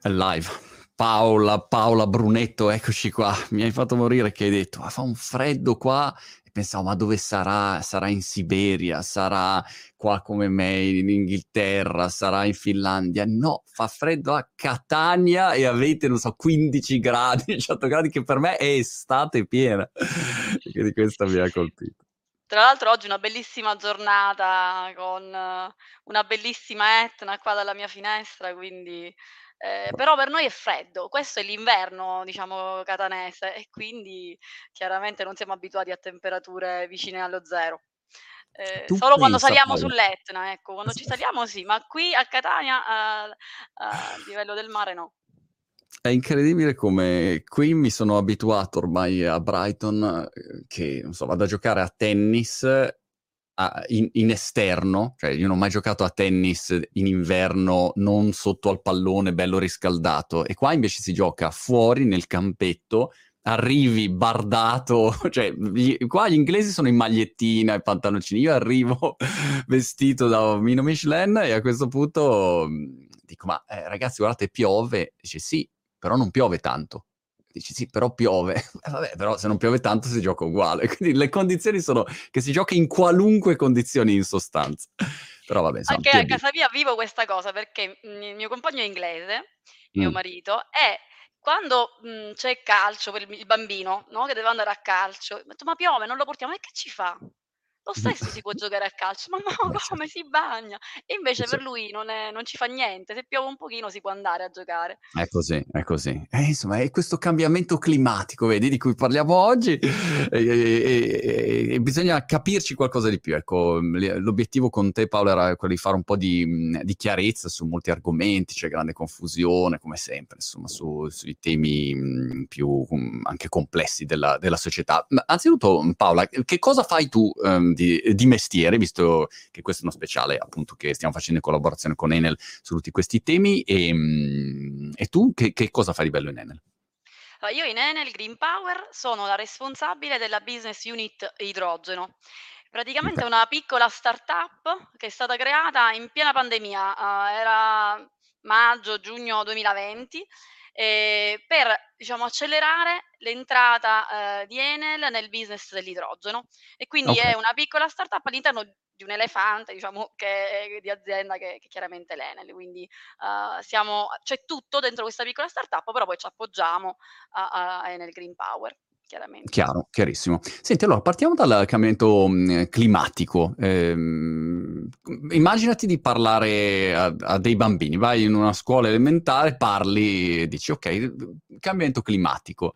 Live. Paola Brunetto, eccoci qua. Mi hai fatto morire che hai detto, ma fa un freddo qua. E pensavo, ma dove sarà? Sarà in Siberia, sarà qua come me in Inghilterra, sarà in Finlandia. No, fa freddo a Catania e avete, non so, 15 gradi, 18 gradi, che per me è estate piena. E quindi questo mi ha colpito. Tra l'altro oggi una bellissima giornata con una bellissima Etna qua dalla mia finestra, quindi però per noi è freddo. Questo è l'inverno, diciamo, catanese e quindi chiaramente non siamo abituati a temperature vicine allo 0. Tu Solo quando pensa, saliamo Paola. sull'Etna, ecco, quando ci saliamo sì, ma qui a Catania a livello del mare no. È incredibile come qui mi sono abituato ormai a Brighton, che non so, vado a giocare a tennis in esterno, cioè io non ho mai giocato a tennis in inverno, non sotto al pallone bello riscaldato, e qua invece si gioca fuori nel campetto, arrivi bardato, cioè qua gli inglesi sono in magliettina e pantaloncini, io arrivo vestito da Mino Michelin e a questo punto dico, ma ragazzi guardate piove, dice sì, però non piove tanto. Dici sì, però piove. Vabbè, però se non piove tanto si gioca uguale. Quindi le condizioni sono che si gioca in qualunque condizioni in sostanza. Però vabbè, insomma, Anche ti a abitui. casa mia vivo questa cosa perché, il mio compagno è inglese, mio Mm. marito, e quando, c'è calcio per il bambino, no, che deve andare a calcio, ho detto: "Ma piove, non lo portiamo?" "E che ci fa? Lo stesso si può giocare a calcio." "Ma no, Beh, come certo. si bagna?" E invece per Certo. lui non ci fa niente, se piove un pochino si può andare a giocare. È così, è così. Insomma, è questo cambiamento climatico, vedi, di cui parliamo oggi, e bisogna capirci qualcosa di più. Ecco, l'obiettivo con te, Paolo, era quello di fare un po' di chiarezza su molti argomenti, c'è grande confusione, come sempre, insomma, sui temi più anche complessi della società. Ma anzitutto, Paola, che cosa fai tu di mestiere, visto che questo è uno speciale, appunto, che stiamo facendo in collaborazione con Enel su tutti questi temi e tu che cosa fai di bello in Enel? Allora, io in Enel Green Power sono la responsabile della business unit idrogeno. Praticamente Okay. è una piccola startup che è stata creata in piena pandemia, era maggio-giugno 2020, per diciamo accelerare l'entrata, di Enel nel business dell'idrogeno. E quindi è Okay. una piccola startup all'interno di un elefante, diciamo, che di azienda che chiaramente è l'Enel. Quindi, c'è tutto dentro questa piccola startup, però poi ci appoggiamo a Enel Green Power, chiaramente. Chiaro, chiarissimo. Senti, allora partiamo dal cambiamento, climatico. Immaginati di parlare a dei bambini, vai in una scuola elementare, parli e dici: "Okay, cambiamento climatico".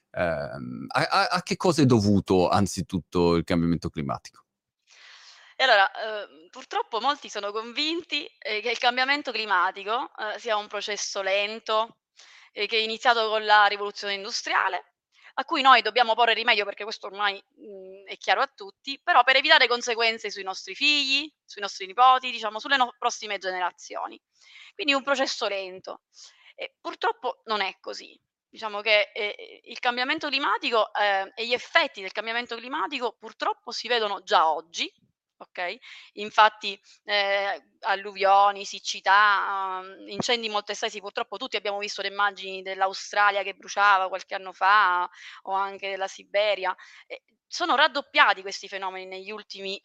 A che cosa è dovuto anzitutto il cambiamento climatico? E allora, purtroppo molti sono convinti, che il cambiamento climatico, sia un processo lento, che è iniziato con la rivoluzione industriale, a cui noi dobbiamo porre rimedio perché questo ormai, è chiaro a tutti, però per evitare conseguenze sui nostri figli, sui nostri nipoti, diciamo sulle prossime generazioni. Quindi un processo lento. E purtroppo non è così. Diciamo che, il cambiamento climatico, e gli effetti del cambiamento climatico purtroppo si vedono già oggi, okay, infatti, alluvioni, siccità, incendi molto estesi, purtroppo tutti abbiamo visto le immagini dell'Australia che bruciava qualche anno fa o anche della Siberia, sono raddoppiati questi fenomeni negli ultimi,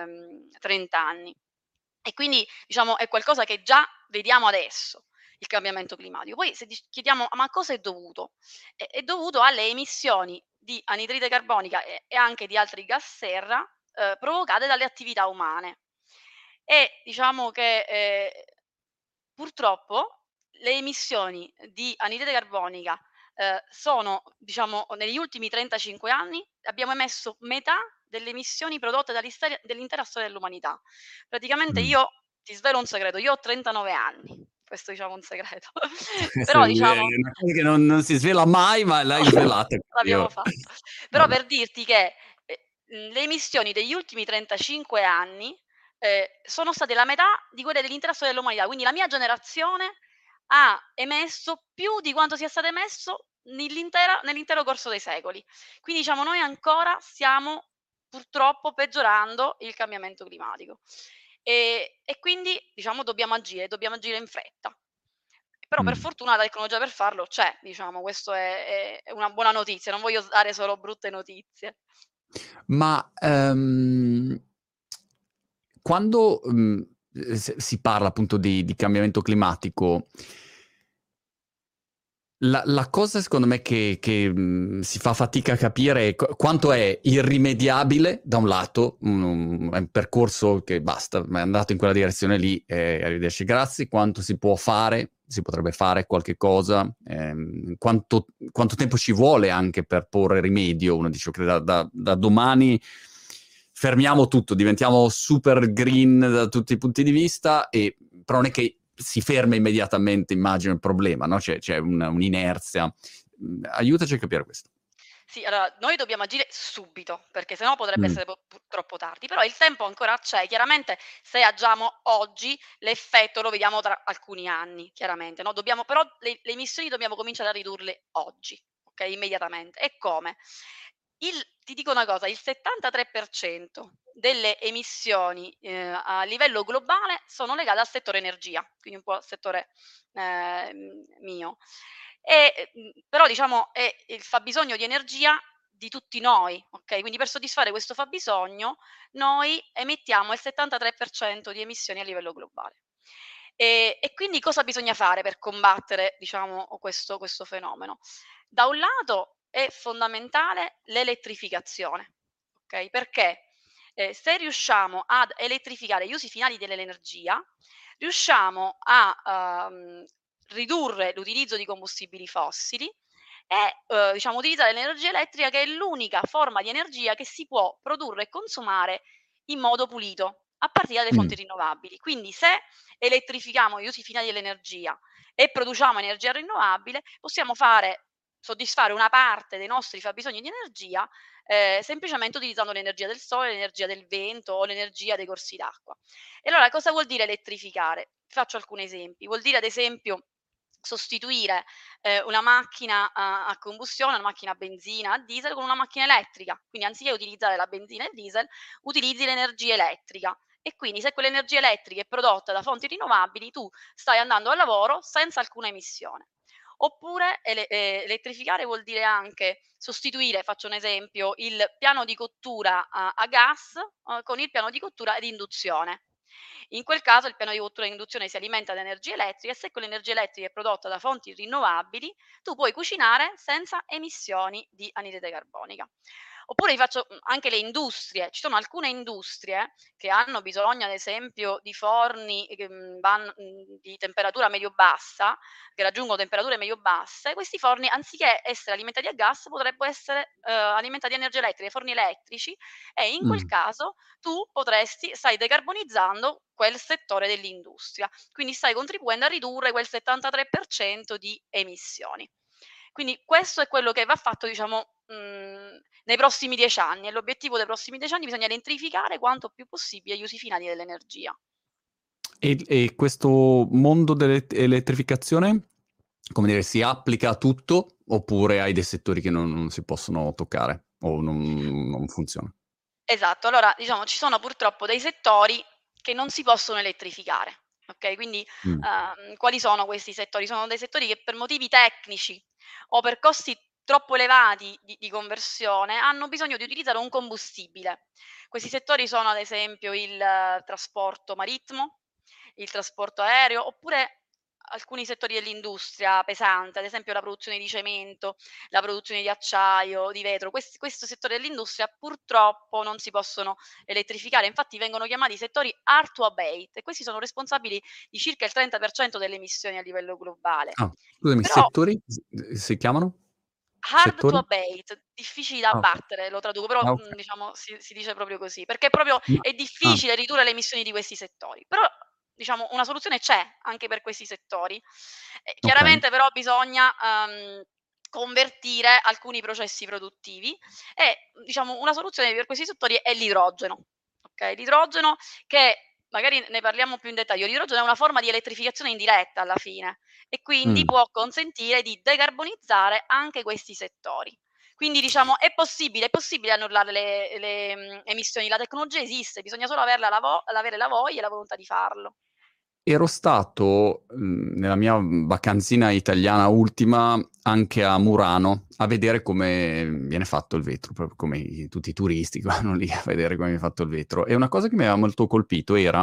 30 anni. E quindi diciamo è qualcosa che già vediamo adesso, il cambiamento climatico. Poi se chiediamo: "Ma a cosa è dovuto?" È dovuto alle emissioni di anidride carbonica e anche di altri gas serra, provocate dalle attività umane. E diciamo che, purtroppo le emissioni di anidride carbonica, sono diciamo negli ultimi 35 anni abbiamo emesso metà delle emissioni prodotte dall'intera storia dell'umanità. Praticamente Mh. io ti svelo un segreto, io ho 39 anni, questo diciamo è un segreto. Sì, Però è diciamo una cosa che non si svela mai, ma l'hai svelata io. l'abbiamo fatto. Però Vabbè. per dirti che, le emissioni degli ultimi 35 anni, sono state la metà di quelle dell'intera storia dell'umanità. Quindi la mia generazione ha emesso più di quanto sia stato emesso nell'intero corso dei secoli. Quindi diciamo noi ancora stiamo purtroppo peggiorando il cambiamento climatico. E quindi diciamo dobbiamo agire in fretta. però per Mh. fortuna la tecnologia per farlo c'è, diciamo, questo è una buona notizia, non voglio dare solo brutte notizie. Ma, quando, si parla appunto di cambiamento climatico, la cosa secondo me che si fa fatica a capire è quanto è irrimediabile da un lato, è un percorso che basta, è andato in quella direzione lì e arrivederci grazie, quanto si può fare, si potrebbe fare qualche cosa, quanto tempo ci vuole anche per porre rimedio. Uno dice: "Okay, da domani fermiamo tutto, diventiamo super green da tutti i punti di vista", però non è che si ferma immediatamente, immagino, il problema, no, c'è un'inerzia. Aiutaci a capire questo. Sì, allora noi dobbiamo agire subito, perché se no potrebbe Mh, essere troppo tardi, però il tempo ancora c'è. Chiaramente se agiamo oggi, l'effetto lo vediamo tra alcuni anni, chiaramente, no, dobbiamo però le emissioni dobbiamo cominciare a ridurle oggi, okay, immediatamente. E come? Ti dico una cosa, il 73% delle emissioni, a livello globale sono legate al settore energia, quindi un po' al settore, mio. Però diciamo è il fabbisogno di energia di tutti noi, okay, quindi per soddisfare questo fabbisogno noi emettiamo il 73% di emissioni a livello globale. E quindi cosa bisogna fare per combattere, diciamo, questo fenomeno? Da un lato è fondamentale l'elettrificazione, okay, perché, se riusciamo ad elettrificare gli usi finali dell'energia, riusciamo a, ridurre l'utilizzo di combustibili fossili e, diciamo utilizzare l'energia elettrica che è l'unica forma di energia che si può produrre e consumare in modo pulito, a partire dalle mh, fonti rinnovabili. Quindi se elettrifichiamo gli usi finali dell'energia e produciamo energia rinnovabile, possiamo soddisfare una parte dei nostri fabbisogni di energia, semplicemente utilizzando l'energia del sole, l'energia del vento o l'energia dei corsi d'acqua. E allora cosa vuol dire elettrificare? Faccio alcuni esempi. Vuol dire ad esempio sostituire, una macchina a combustione, una macchina a benzina, a diesel, con una macchina elettrica. Quindi anziché utilizzare la benzina e il diesel, utilizzi l'energia elettrica. E quindi se quell'energia elettrica è prodotta da fonti rinnovabili, tu stai andando al lavoro senza alcuna emissione. Oppure elettrificare vuol dire anche sostituire, faccio un esempio, il piano di cottura a gas, con il piano di cottura ad induzione. In quel caso il piano di cottura a induzione si alimenta da energia elettrica e se quell'energia elettrica è prodotta da fonti rinnovabili, tu puoi cucinare senza emissioni di anidride carbonica. Oppure vi faccio anche le industrie. Ci sono alcune industrie che hanno bisogno, ad esempio, di forni che di temperatura medio-bassa, che raggiungono temperature medio-basse. Questi forni, anziché essere alimentati a gas, potrebbero essere alimentati a energia elettrica, forni elettrici, e in quel mh. caso stai decarbonizzando quel settore dell'industria, quindi stai contribuendo a ridurre quel 73% di emissioni. Quindi questo è quello che va fatto, diciamo, nei prossimi 10 anni e l'obiettivo dei prossimi 10 anni bisogna elettrificare quanto più possibile gli usi finali dell'energia. E questo mondo dell'elettrificazione, come dire, si applica a tutto oppure hai dei settori che non si possono toccare o non funziona? Esatto, allora diciamo ci sono purtroppo dei settori che non si possono elettrificare, okay, quindi, Mh, quali sono questi settori? Sono dei settori che per motivi tecnici o per costi troppo elevati di conversione hanno bisogno di utilizzare un combustibile. Questi settori sono ad esempio il trasporto marittimo, il trasporto aereo, oppure alcuni settori dell'industria pesante, ad esempio la produzione di cemento, la produzione di acciaio, di vetro. Questo settore dell'industria purtroppo non si possono elettrificare, infatti vengono chiamati settori hard to abate e questi sono responsabili di circa il 30% delle emissioni a livello globale. scusami, Però settori si chiamano? hard to Settori? abate, difficili da Okay. abbattere, lo traduco, però, Okay. diciamo si dice proprio così, perché proprio Ma è ah, difficile ridurre le emissioni di questi settori. Però, diciamo, una soluzione c'è anche per questi settori. okay. Chiaramente però bisogna, convertire alcuni processi produttivi e, diciamo, una soluzione per questi settori è l'idrogeno, okay, l'idrogeno che magari ne parliamo più in dettaglio. L'idrogeno è una forma di elettrificazione indiretta alla fine e quindi Mh. può consentire di decarbonizzare anche questi settori. Quindi diciamo è possibile annullare le emissioni, la tecnologia esiste, bisogna solo avere la voglia e la volontà di farlo. Ero stato nella mia vacanzina italiana ultima anche a Murano a vedere come viene fatto il vetro, proprio come tutti i turisti che vanno lì a vedere come viene fatto il vetro. E una cosa che mi aveva molto colpito era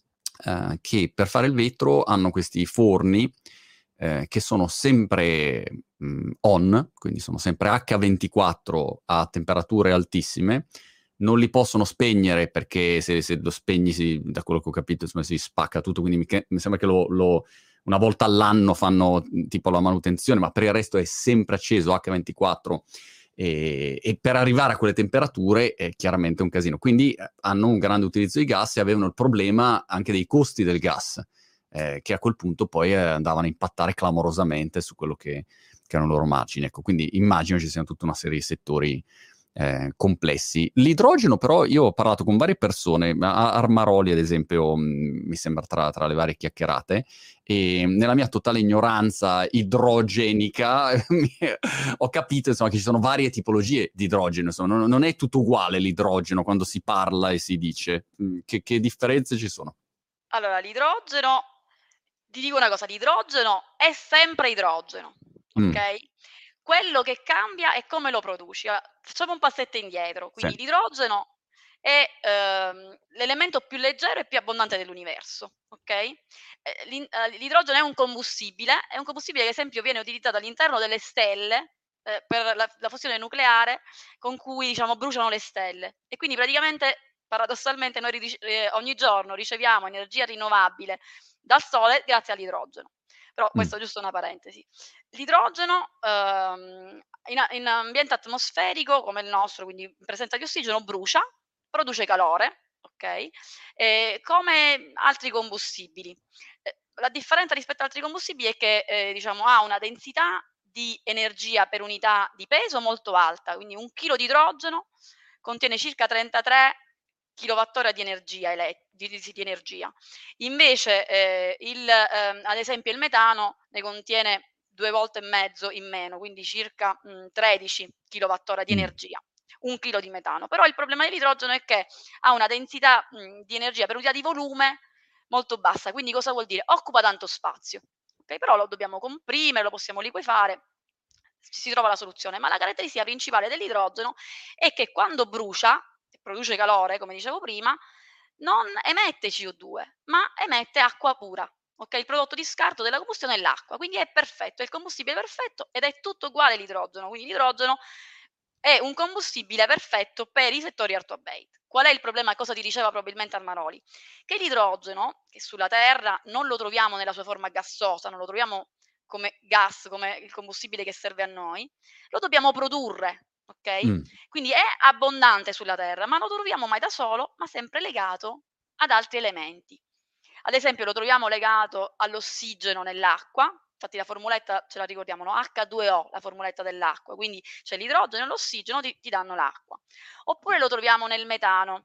che per fare il vetro hanno questi forni che sono sempre on, quindi sono sempre H24 a temperature altissime, non li possono spegnere perché se lo spegni, da quello che ho capito, insomma, si spacca tutto, quindi mi sembra che una volta all'anno fanno tipo la manutenzione, ma per il resto è sempre acceso H24 e per arrivare a quelle temperature è chiaramente un casino. Quindi hanno un grande utilizzo di gas e avevano il problema anche dei costi del gas, che a quel punto poi andavano a impattare clamorosamente su quello che erano le loro margini. Ecco, quindi immagino ci siano tutta una serie di settori complessi. L'idrogeno, però, io ho parlato con varie persone, Armaroli, ad esempio, mi sembra tra le varie chiacchierate, e nella mia totale ignoranza idrogenica ho capito insomma, che ci sono varie tipologie di idrogeno, insomma, non è tutto uguale l'idrogeno quando si parla e si dice. Che differenze ci sono? Allora, l'idrogeno ti dico una cosa, l'idrogeno è sempre idrogeno, Mm, okay, quello che cambia è come lo produci. Facciamo un passetto indietro. sì. Quindi l'idrogeno è, l'elemento più leggero e più abbondante dell'universo, okay, l'idrogeno è un combustibile che ad esempio viene utilizzato all'interno delle stelle, per la fusione nucleare con cui, diciamo, bruciano le stelle. E quindi praticamente, paradossalmente, noi ogni giorno riceviamo energia rinnovabile dal sole grazie all'idrogeno. Però Mm, questo è giusto una parentesi. L'idrogeno, in ambiente atmosferico come il nostro, quindi in presenza di ossigeno, brucia, produce calore, okay, come altri combustibili. La differenza rispetto ad altri combustibili è che, diciamo, ha una densità di energia per unità di peso molto alta, quindi 1 chilo di idrogeno contiene circa 33 kilowattora di energia di energia. Invece, ad esempio il metano ne contiene 2 volte e mezzo in meno, quindi circa, 13 kilowattora di mm, energia, 1 chilo di metano. Però il problema dell'idrogeno è che ha una densità, di energia per unità di volume molto bassa. Quindi cosa vuol dire? Occupa tanto spazio, okay, però lo dobbiamo comprimere, lo possiamo liquefare, si trova la soluzione. Ma la caratteristica principale dell'idrogeno è che quando brucia e produce calore, come dicevo prima, non emette CO2, ma emette acqua pura. Okay, il prodotto di scarto della combustione è l'acqua, quindi è perfetto, è il combustibile perfetto ed è tutto uguale all'idrogeno. Quindi l'idrogeno è un combustibile perfetto per i settori hard to abate. Qual è il problema? Cosa ti diceva probabilmente Armaroli? Che l'idrogeno, che sulla Terra non lo troviamo nella sua forma gassosa, non lo troviamo come gas, come il combustibile che serve a noi, lo dobbiamo produrre, okay? mm, Quindi è abbondante sulla Terra, ma non lo troviamo mai da solo, ma sempre legato ad altri elementi. Ad esempio lo troviamo legato all'ossigeno nell'acqua, infatti la formuletta ce la ricordiamo, no, H2O, la formuletta dell'acqua, quindi c'è l'idrogeno e l'ossigeno ti danno l'acqua. Oppure lo troviamo nel metano,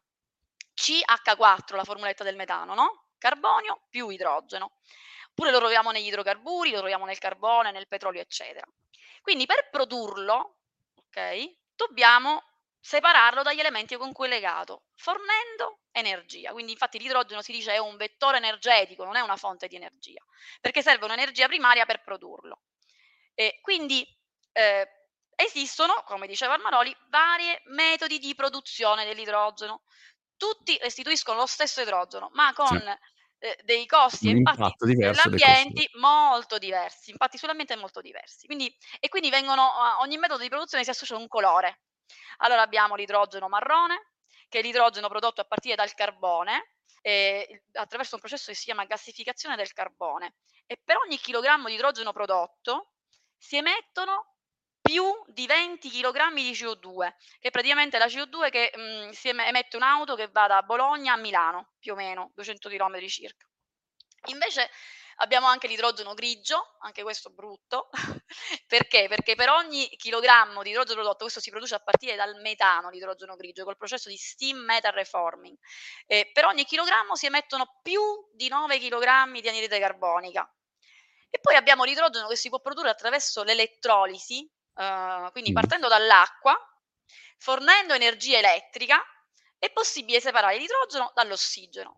CH4, la formuletta del metano, no, carbonio più idrogeno. Oppure lo troviamo negli idrocarburi, lo troviamo nel carbone, nel petrolio, eccetera. Quindi per produrlo, okay, dobbiamo separarlo dagli elementi con cui è legato, fornendo energia. Quindi infatti l'idrogeno si dice è un vettore energetico, non è una fonte di energia, perché serve un'energia primaria per produrlo. Quindi eh, esistono, come diceva Armaroli, vari metodi di produzione dell'idrogeno. Tutti restituiscono lo stesso idrogeno, ma sì. con dei costi e Un impatti impatto diverso dai costi. sull'ambiente molto diversi, impatti sull'ambiente molto diversi. Quindi vengono a ogni metodo di produzione si associa un colore. Allora abbiamo l'idrogeno marrone, che è l'idrogeno prodotto a partire dal carbone, attraverso un processo che si chiama gassificazione del carbone. E per ogni chilogrammo di idrogeno prodotto si emettono più di 20 chilogrammi di CO2, che è praticamente la CO2 che emette un'auto che va da Bologna a Milano, più o meno, 200 chilometri circa. Invece abbiamo anche l'idrogeno grigio, anche questo brutto, perché? Perché per ogni chilogrammo di idrogeno prodotto, questo si produce a partire dal metano, l'idrogeno grigio, col processo di steam methane reforming, per ogni chilogrammo si emettono più di 9 chilogrammi di anidride carbonica. E poi abbiamo l'idrogeno che si può produrre attraverso l'elettrolisi, quindi Mh. partendo dall'acqua, fornendo energia elettrica, è possibile separare l'idrogeno dall'ossigeno.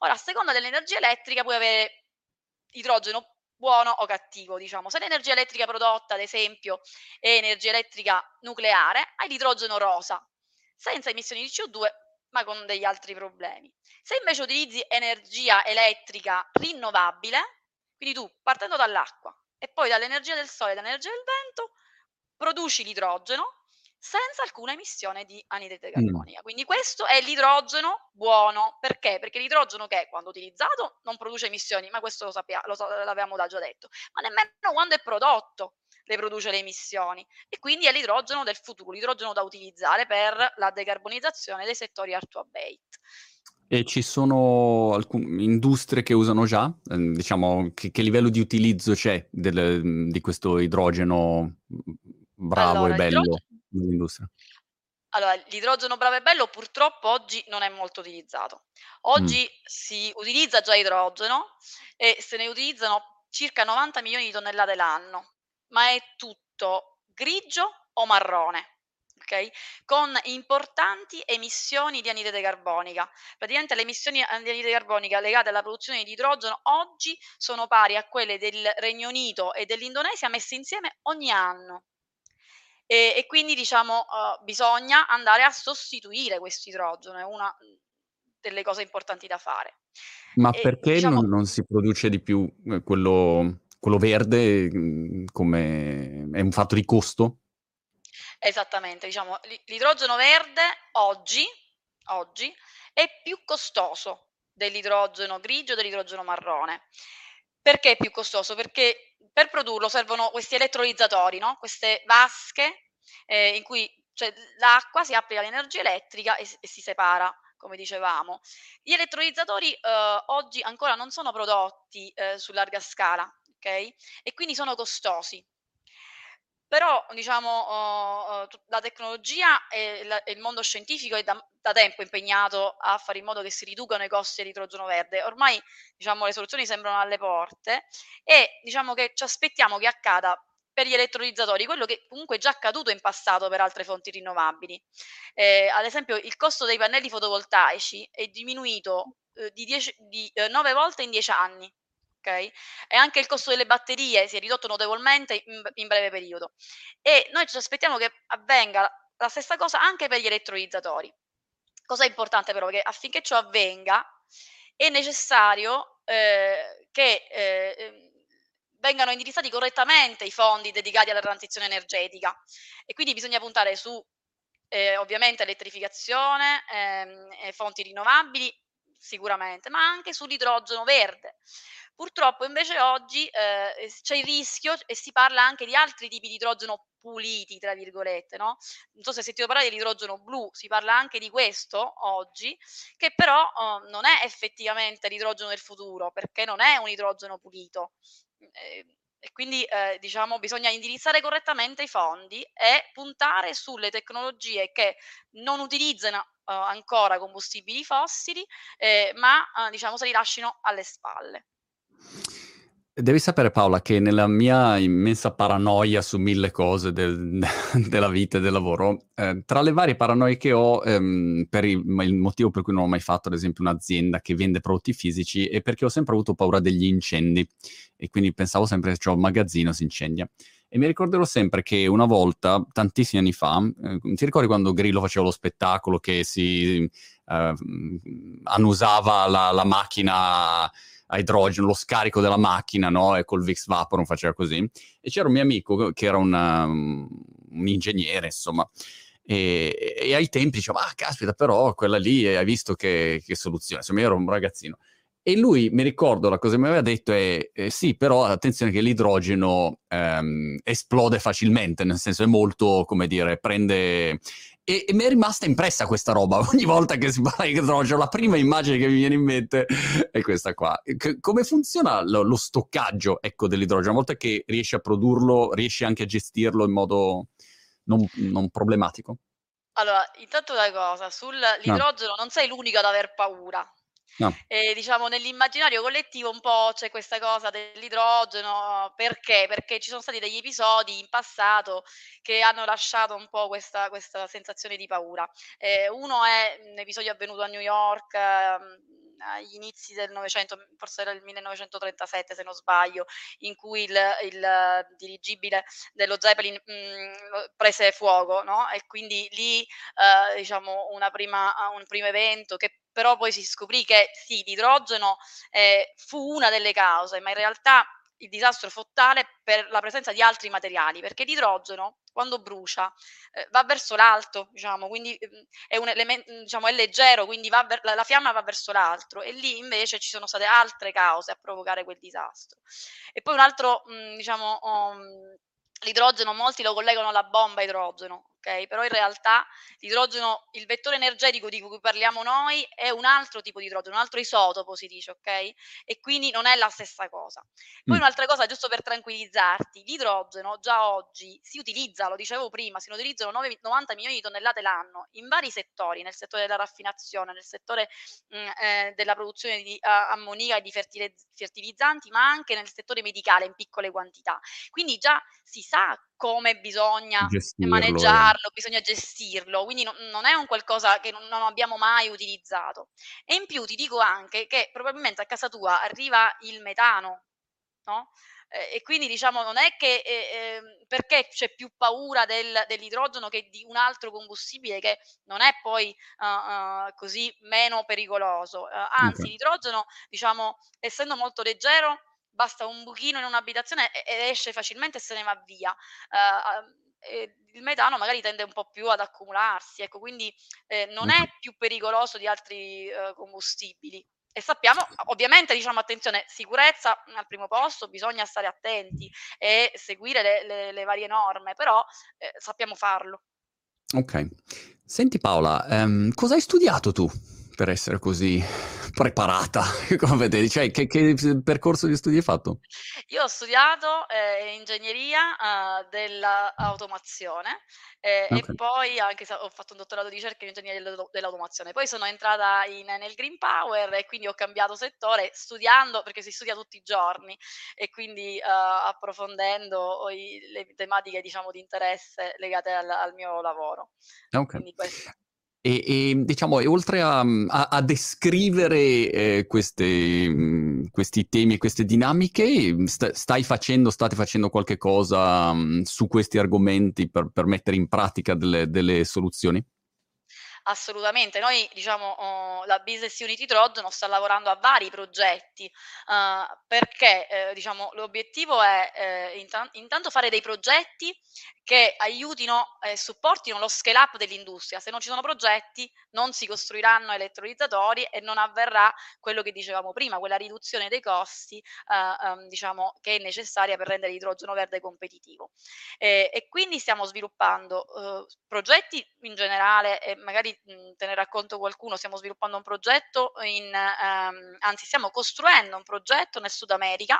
Ora, a seconda dell'energia elettrica puoi avere idrogeno buono o cattivo, diciamo. Se l'energia elettrica prodotta, ad esempio, è energia elettrica nucleare, hai l'idrogeno rosa, senza emissioni di CO2, ma con degli altri problemi. Se invece utilizzi energia elettrica rinnovabile, quindi tu partendo dall'acqua e poi dall'energia del sole e dall'energia del vento, produci l'idrogeno senza alcuna emissione di anidride Mh. carbonica. Quindi questo è l'idrogeno buono. Perché? Perché l'idrogeno che quando utilizzato non produce emissioni, ma questo l'avevamo già detto, ma nemmeno quando è prodotto le produce le emissioni. E quindi è l'idrogeno del futuro, l'idrogeno da utilizzare per la decarbonizzazione dei settori hard to abate. E ci sono alcun industrie che usano già? Diciamo che livello di utilizzo c'è di questo idrogeno, bravo e Allora, bello nell'industria? l'idrogeno bravo e bello purtroppo oggi non è molto utilizzato. Mh. Oggi si utilizza già idrogeno e se ne utilizzano circa 90 milioni di tonnellate l'anno, ma è tutto grigio o marrone, okay, con importanti emissioni di anidride carbonica. Praticamente le emissioni di anidride carbonica legate alla produzione di idrogeno oggi sono pari a quelle del Regno Unito e dell'Indonesia messe insieme ogni anno. E quindi diciamo, bisogna andare a sostituire questo idrogeno, è una, delle cose importanti da fare. Ma E perché diciamo non si produce di più, quello verde, come è un fatto di costo? esattamente, diciamo l'idrogeno verde oggi è più costoso dell'idrogeno grigio, dell'idrogeno marrone. Perché è più costoso? Perché per produrlo servono questi elettrolizzatori, no, queste vasche, in cui cioè l'acqua si applica all'energia elettrica e si separa, come dicevamo. Gli elettrolizzatori, oggi ancora non sono prodotti, su larga scala, okay, e quindi sono costosi. Però diciamo, tu la tecnologia e il mondo scientifico è da tempo impegnato a fare in modo che si riducano i costi dell'idrogeno verde. Ormai, diciamo, le soluzioni sembrano alle porte e diciamo che ci aspettiamo che accada per gli elettrolizzatori quello che comunque è già accaduto in passato per altre fonti rinnovabili. Ad esempio il costo dei pannelli fotovoltaici è diminuito, di 9 volte in 10 anni, okay, e anche il costo delle batterie si è ridotto notevolmente in breve periodo. E noi ci aspettiamo che avvenga la stessa cosa anche per gli elettrolizzatori. Cosa importante però che affinché ciò avvenga è necessario, che, vengano indirizzati correttamente i fondi dedicati alla transizione energetica e quindi bisogna puntare su, ovviamente elettrificazione, e fonti rinnovabili sicuramente, ma anche sull'idrogeno verde. Purtroppo invece oggi, c'è il rischio e si parla anche di altri tipi di idrogeno "puliti" tra virgolette, no, non so se hai sentito parlare dell'idrogeno blu, si parla anche di questo oggi, che però, non è effettivamente l'idrogeno del futuro, perché non è un idrogeno pulito. E quindi, diciamo bisogna indirizzare correttamente i fondi e puntare sulle tecnologie che non utilizzano, ancora combustibili fossili, ma, diciamo se li lascino alle spalle. Devi sapere Paola che nella mia immensa paranoia su 1000 cose della vita e del lavoro, tra le varie paranoie che ho, per il motivo per cui non ho mai fatto ad esempio un'azienda che vende prodotti fisici, è perché ho sempre avuto paura degli incendi e quindi pensavo sempre: "Se c'ho un magazzino si incendia". E mi ricorderò sempre che una volta, tantissimi anni fa, ti ricordi quando Grillo faceva lo spettacolo che annusava la macchina a idrogeno, lo scarico della macchina, no? E col Vicks Vaporum faceva così. E c'era un mio amico che era un ingegnere, insomma. E ai tempi diceva, ah, caspita, però quella lì, hai visto che soluzione. Insomma, io ero un ragazzino. E lui, mi ricordo, la cosa che mi aveva detto è, sì, però attenzione che l'idrogeno esplode facilmente, nel senso è molto, come dire, prende... E mi è rimasta impressa questa roba. Ogni volta che si parla di idrogeno, la prima immagine che mi viene in mente è questa qua. Come funziona lo stoccaggio, ecco, dell'idrogeno? Una volta che riesci a produrlo, riesci anche a gestirlo in modo non problematico? Allora, intanto una cosa, No, sull'idrogeno non sei l'unico ad aver paura. no. Diciamo nell'immaginario collettivo un po' c'è questa cosa dell'idrogeno, perché? Perché ci sono stati degli episodi in passato che hanno lasciato un po' questa sensazione di paura. Uno è un episodio avvenuto a New York, agli inizi del '900, forse era il 1937 se non sbaglio, in cui il dirigibile dello Zeppelin, prese fuoco, no, e quindi lì, diciamo un primo evento che però poi si scoprì che sì, l'idrogeno, fu una delle cause, ma in realtà il disastro fu tale per la presenza di altri materiali, perché l'idrogeno quando brucia, va verso l'alto, diciamo, quindi, è un diciamo è leggero, quindi va la fiamma va verso l'alto e lì invece ci sono state altre cause a provocare quel disastro. E poi un altro, diciamo, l'idrogeno molti lo collegano alla bomba a idrogeno, okay, però in realtà l'idrogeno il vettore energetico di cui parliamo noi è un altro tipo di idrogeno, un altro isotopo si dice, okay, e quindi non è la stessa cosa. Poi Mh, un'altra cosa, giusto per tranquillizzarti, l'idrogeno già oggi si utilizza, lo dicevo prima, si ne utilizzano 90 milioni di tonnellate l'anno in vari settori, nel settore della raffinazione, nel settore, della produzione di ammoniaca e di fertilizzanti, ma anche nel settore medicale in piccole quantità. Quindi già si sa come bisogna gestirlo e maneggiarlo, bisogna gestirlo, quindi non è un qualcosa che non abbiamo mai utilizzato. E in più ti dico anche che probabilmente a casa tua arriva il metano, no, e quindi diciamo non è che, perché c'è più paura dell'idrogeno che di un altro combustibile che non è poi, così meno pericoloso. okay. Anzi l'idrogeno, diciamo, essendo molto leggero, basta un buchino in un'abitazione ed esce facilmente e se ne va via. Il metano magari tende un po' più ad accumularsi, ecco, quindi, non è Okay. più pericoloso di altri, combustibili. E sappiamo ovviamente diciamo attenzione, sicurezza, al primo posto, bisogna stare attenti e seguire le varie norme, però, sappiamo farlo. Okay. Senti Paola, cosa hai studiato tu per essere così preparata? Come vedi, cioè che percorso di studi hai fatto? Io ho studiato, ingegneria, dell'automazione, e Okay. poi anche se ho fatto un dottorato di ricerca in ingegneria dell'automazione. Poi sono entrata nel Green Power e quindi ho cambiato settore studiando perché si studia tutti i giorni e quindi, approfondendo o le tematiche diciamo di interesse legate al mio lavoro. Okay. Quindi questo. Diciamo e oltre a descrivere, questi temi e queste dinamiche, state facendo qualche cosa, su questi argomenti per mettere in pratica delle soluzioni? Assolutamente. Noi diciamo, la Business Unit Idrogeno sta lavorando a vari progetti, perché, diciamo l'obiettivo è, intanto fare dei progetti che aiutino e supportino lo scale up dell'industria. Se non ci sono progetti non si costruiranno elettrolizzatori e non avverrà quello che dicevamo prima, quella riduzione dei costi, diciamo che è necessaria per rendere l'idrogeno verde competitivo. E quindi stiamo sviluppando, progetti in generale e magari, te ne racconto qualcuno. Stiamo sviluppando un progetto anzi stiamo costruendo un progetto nel Sud America,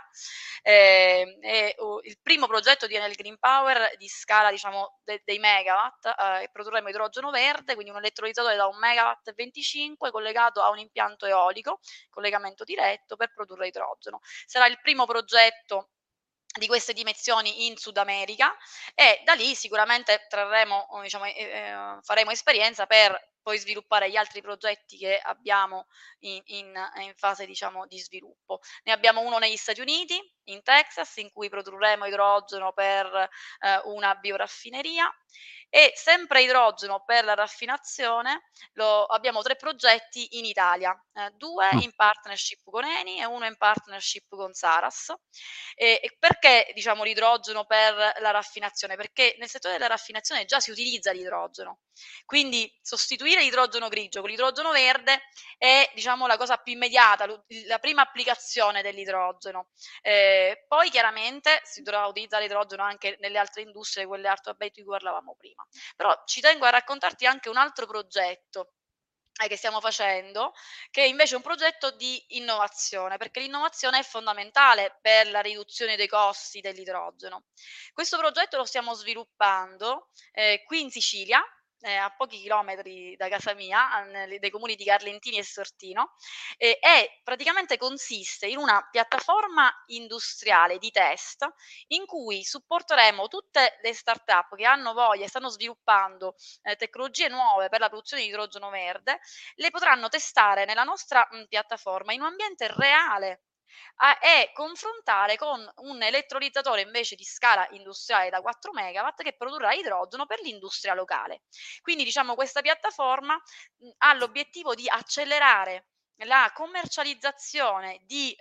il primo progetto di Enel Green Power di scala diciamo dei megawatt, e produrremo idrogeno verde, quindi un elettrolizzatore da 1 megawatt e 25 collegato a un impianto eolico, collegamento diretto per produrre idrogeno. Sarà il primo progetto di queste dimensioni in Sud America e da lì sicuramente trarremo o diciamo, faremo esperienza per poi sviluppare gli altri progetti che abbiamo in fase diciamo di sviluppo. Ne abbiamo uno negli Stati Uniti, in Texas, in cui produrremo idrogeno per, una bioraffineria e sempre idrogeno per la raffinazione abbiamo 3 progetti in Italia, 2 Ah, in partnership con Eni e 1 in partnership con Saras. E perché diciamo l'idrogeno per la raffinazione? Perché nel settore della raffinazione già si utilizza l'idrogeno, quindi sostituire l'idrogeno grigio con l'idrogeno verde è diciamo la cosa più immediata, la prima applicazione dell'idrogeno. Poi chiaramente si dovrà utilizzare idrogeno anche nelle altre industrie, quelle hard to abate di cui parlavamo prima. Però ci tengo a raccontarti anche un altro progetto che stiamo facendo, che è invece un progetto di innovazione, perché l'innovazione è fondamentale per la riduzione dei costi dell'idrogeno. Questo progetto lo stiamo sviluppando, qui in Sicilia, a pochi chilometri da casa mia, dei comuni di Garlentini e Sortino, e praticamente consiste in una piattaforma industriale di test in cui supporteremo tutte le start-up che hanno voglia e stanno sviluppando, tecnologie nuove per la produzione di idrogeno verde, le potranno testare nella nostra, piattaforma in un ambiente reale e confrontare con un elettrolizzatore invece di scala industriale da 4 megawatt che produrrà idrogeno per l'industria locale. Quindi diciamo questa piattaforma, ha l'obiettivo di accelerare la commercializzazione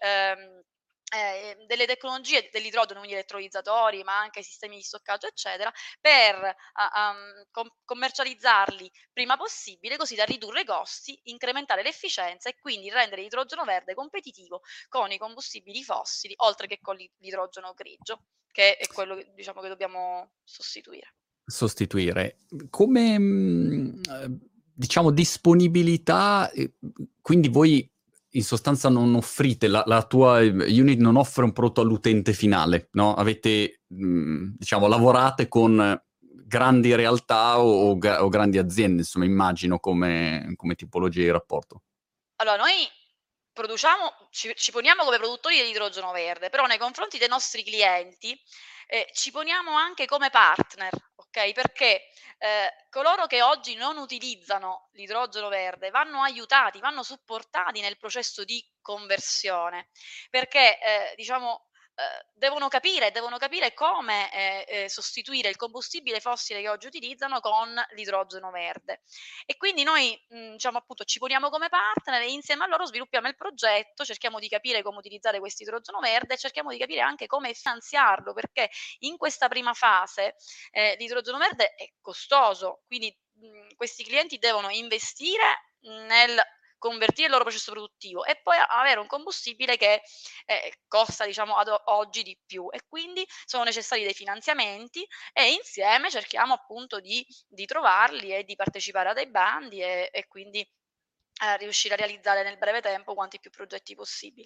delle tecnologie dell'idrogeno, quindi elettrolizzatori, ma anche sistemi di stoccaggio, eccetera, per commercializzarli prima possibile, così da ridurre i costi, incrementare l'efficienza e quindi rendere l'idrogeno verde competitivo con i combustibili fossili, oltre che con l'idrogeno grigio, che è quello che diciamo che dobbiamo sostituire. Sostituire. Come, diciamo disponibilità, quindi voi in sostanza non offrite la tua unit non offre un prodotto all'utente finale, no, avete, diciamo lavorate con grandi realtà o grandi aziende, insomma immagino come tipologia di rapporto. Allora, noi produciamo ci poniamo come produttori dell'idrogeno verde, però nei confronti dei nostri clienti, ci poniamo anche come partner, okay, perché, coloro che oggi non utilizzano l'idrogeno verde vanno aiutati, vanno supportati nel processo di conversione, perché, diciamo, devono capire come, sostituire il combustibile fossile che oggi utilizzano con l'idrogeno verde. E quindi noi, diciamo appunto ci poniamo come partner e insieme a loro sviluppiamo il progetto, cerchiamo di capire come utilizzare questo idrogeno verde e cerchiamo di capire anche come finanziarlo, perché in questa prima fase, l'idrogeno verde è costoso, quindi, questi clienti devono investire nel convertire il loro processo produttivo e poi avere un combustibile che, costa diciamo ad oggi di più e quindi sono necessari dei finanziamenti e insieme cerchiamo appunto di trovarli e di partecipare a dei bandi e quindi, riuscire a realizzare nel breve tempo quanti più progetti possibili.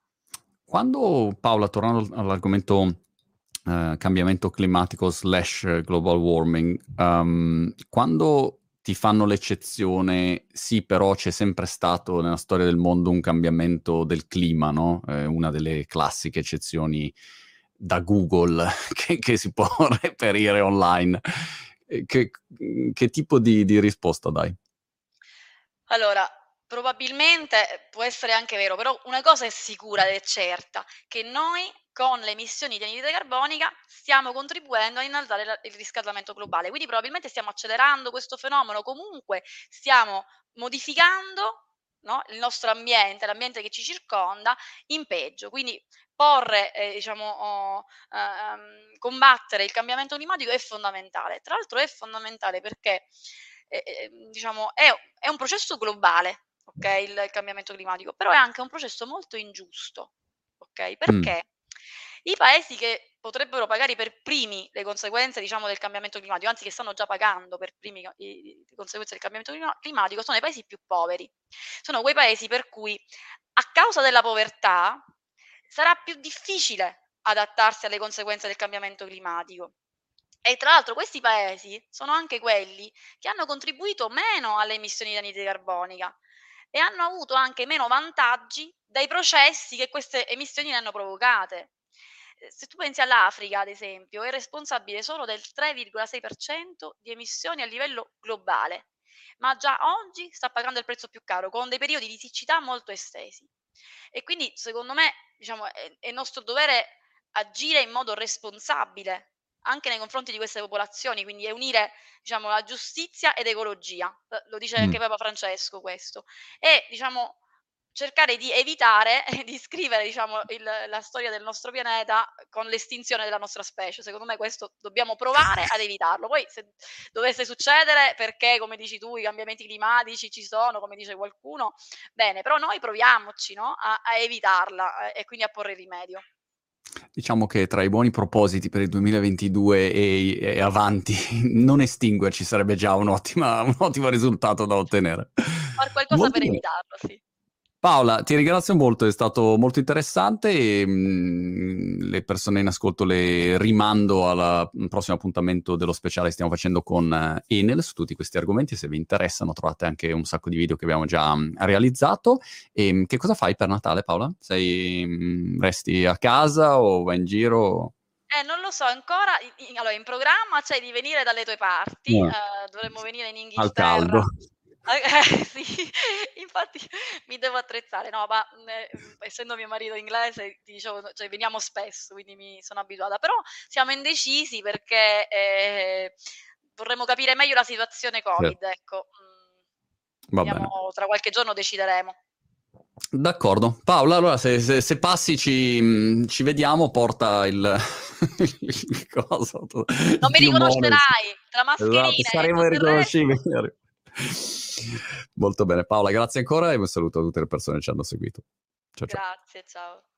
Quando Paola, tornando all'argomento, cambiamento climatico slash global warming, quando ti fanno l'eccezione: "Sì, però c'è sempre stato nella storia del mondo un cambiamento del clima", no, una delle classiche eccezioni da Google che si può reperire online. Che tipo di risposta dai? Allora, probabilmente, può essere anche vero, però una cosa è sicura ed è certa, che noi con le emissioni di anidride carbonica stiamo contribuendo a innalzare il riscaldamento globale, quindi probabilmente stiamo accelerando questo fenomeno, comunque stiamo modificando, no, il nostro ambiente, l'ambiente che ci circonda in peggio. Quindi porre, diciamo, combattere il cambiamento climatico è fondamentale. Tra l'altro è fondamentale perché, diciamo è un processo globale, okay, il cambiamento climatico, però è anche un processo molto ingiusto, okay, Mh. perché i paesi che potrebbero pagare per primi le conseguenze, diciamo, del cambiamento climatico, anzi che stanno già pagando per primi le conseguenze del cambiamento climatico, sono i paesi più poveri. Sono quei paesi per cui, a causa della povertà, sarà più difficile adattarsi alle conseguenze del cambiamento climatico. E tra l'altro questi paesi sono anche quelli che hanno contribuito meno alle emissioni di anidride carbonica e hanno avuto anche meno vantaggi dai processi che queste emissioni le hanno provocate. Se tu pensi all'Africa, ad esempio, è responsabile solo del 3,6% di emissioni a livello globale, ma già oggi sta pagando il prezzo più caro, con dei periodi di siccità molto estesi. E quindi secondo me, diciamo, è nostro dovere agire in modo responsabile anche nei confronti di queste popolazioni, quindi è unire, diciamo, la giustizia ed ecologia. Lo dice Mh. anche Papa Francesco questo. E diciamo cercare di evitare di scrivere, diciamo, la storia del nostro pianeta con l'estinzione della nostra specie. Secondo me questo dobbiamo provare ad evitarlo. Poi se dovesse succedere, perché come dici tu i cambiamenti climatici ci sono, come dice qualcuno, bene, però noi proviamoci, no, a evitarla, e quindi a porre rimedio. Diciamo che tra i buoni propositi per il 2022 e avanti, non estinguerci sarebbe già un ottimo risultato da ottenere. Far qualcosa Molto per bene. evitarlo, sì. Paola, ti ringrazio molto, è stato molto interessante e le persone in ascolto le rimando al prossimo appuntamento dello speciale che stiamo facendo con Enel su tutti questi argomenti. Se vi interessano trovate anche un sacco di video che abbiamo già realizzato. E che cosa fai per Natale, Paola? Resti a casa o vai in giro? Non lo so ancora, allora in programma c'è di venire dalle tue parti, No, dovremmo venire in al Inghilterra. caldo. Sì, infatti mi devo attrezzare. No, ma, essendo mio marito inglese, ti dicevo, no, cioè veniamo spesso, quindi mi sono abituata. Però siamo indecisi perché, vorremmo capire meglio la situazione Certo. Covid, ecco. Va Vediamo, bene. tra qualche giorno decideremo. D'accordo. Paola, allora se passi ci vediamo, porta il coso, Non il mi piumone. riconoscerai tra Esatto, mascherine e saremo tutto il irriconoscibili. resto. Molto bene, Paola, grazie ancora e un saluto a tutte le persone che ci hanno seguito. Ciao ciao. Grazie, ciao.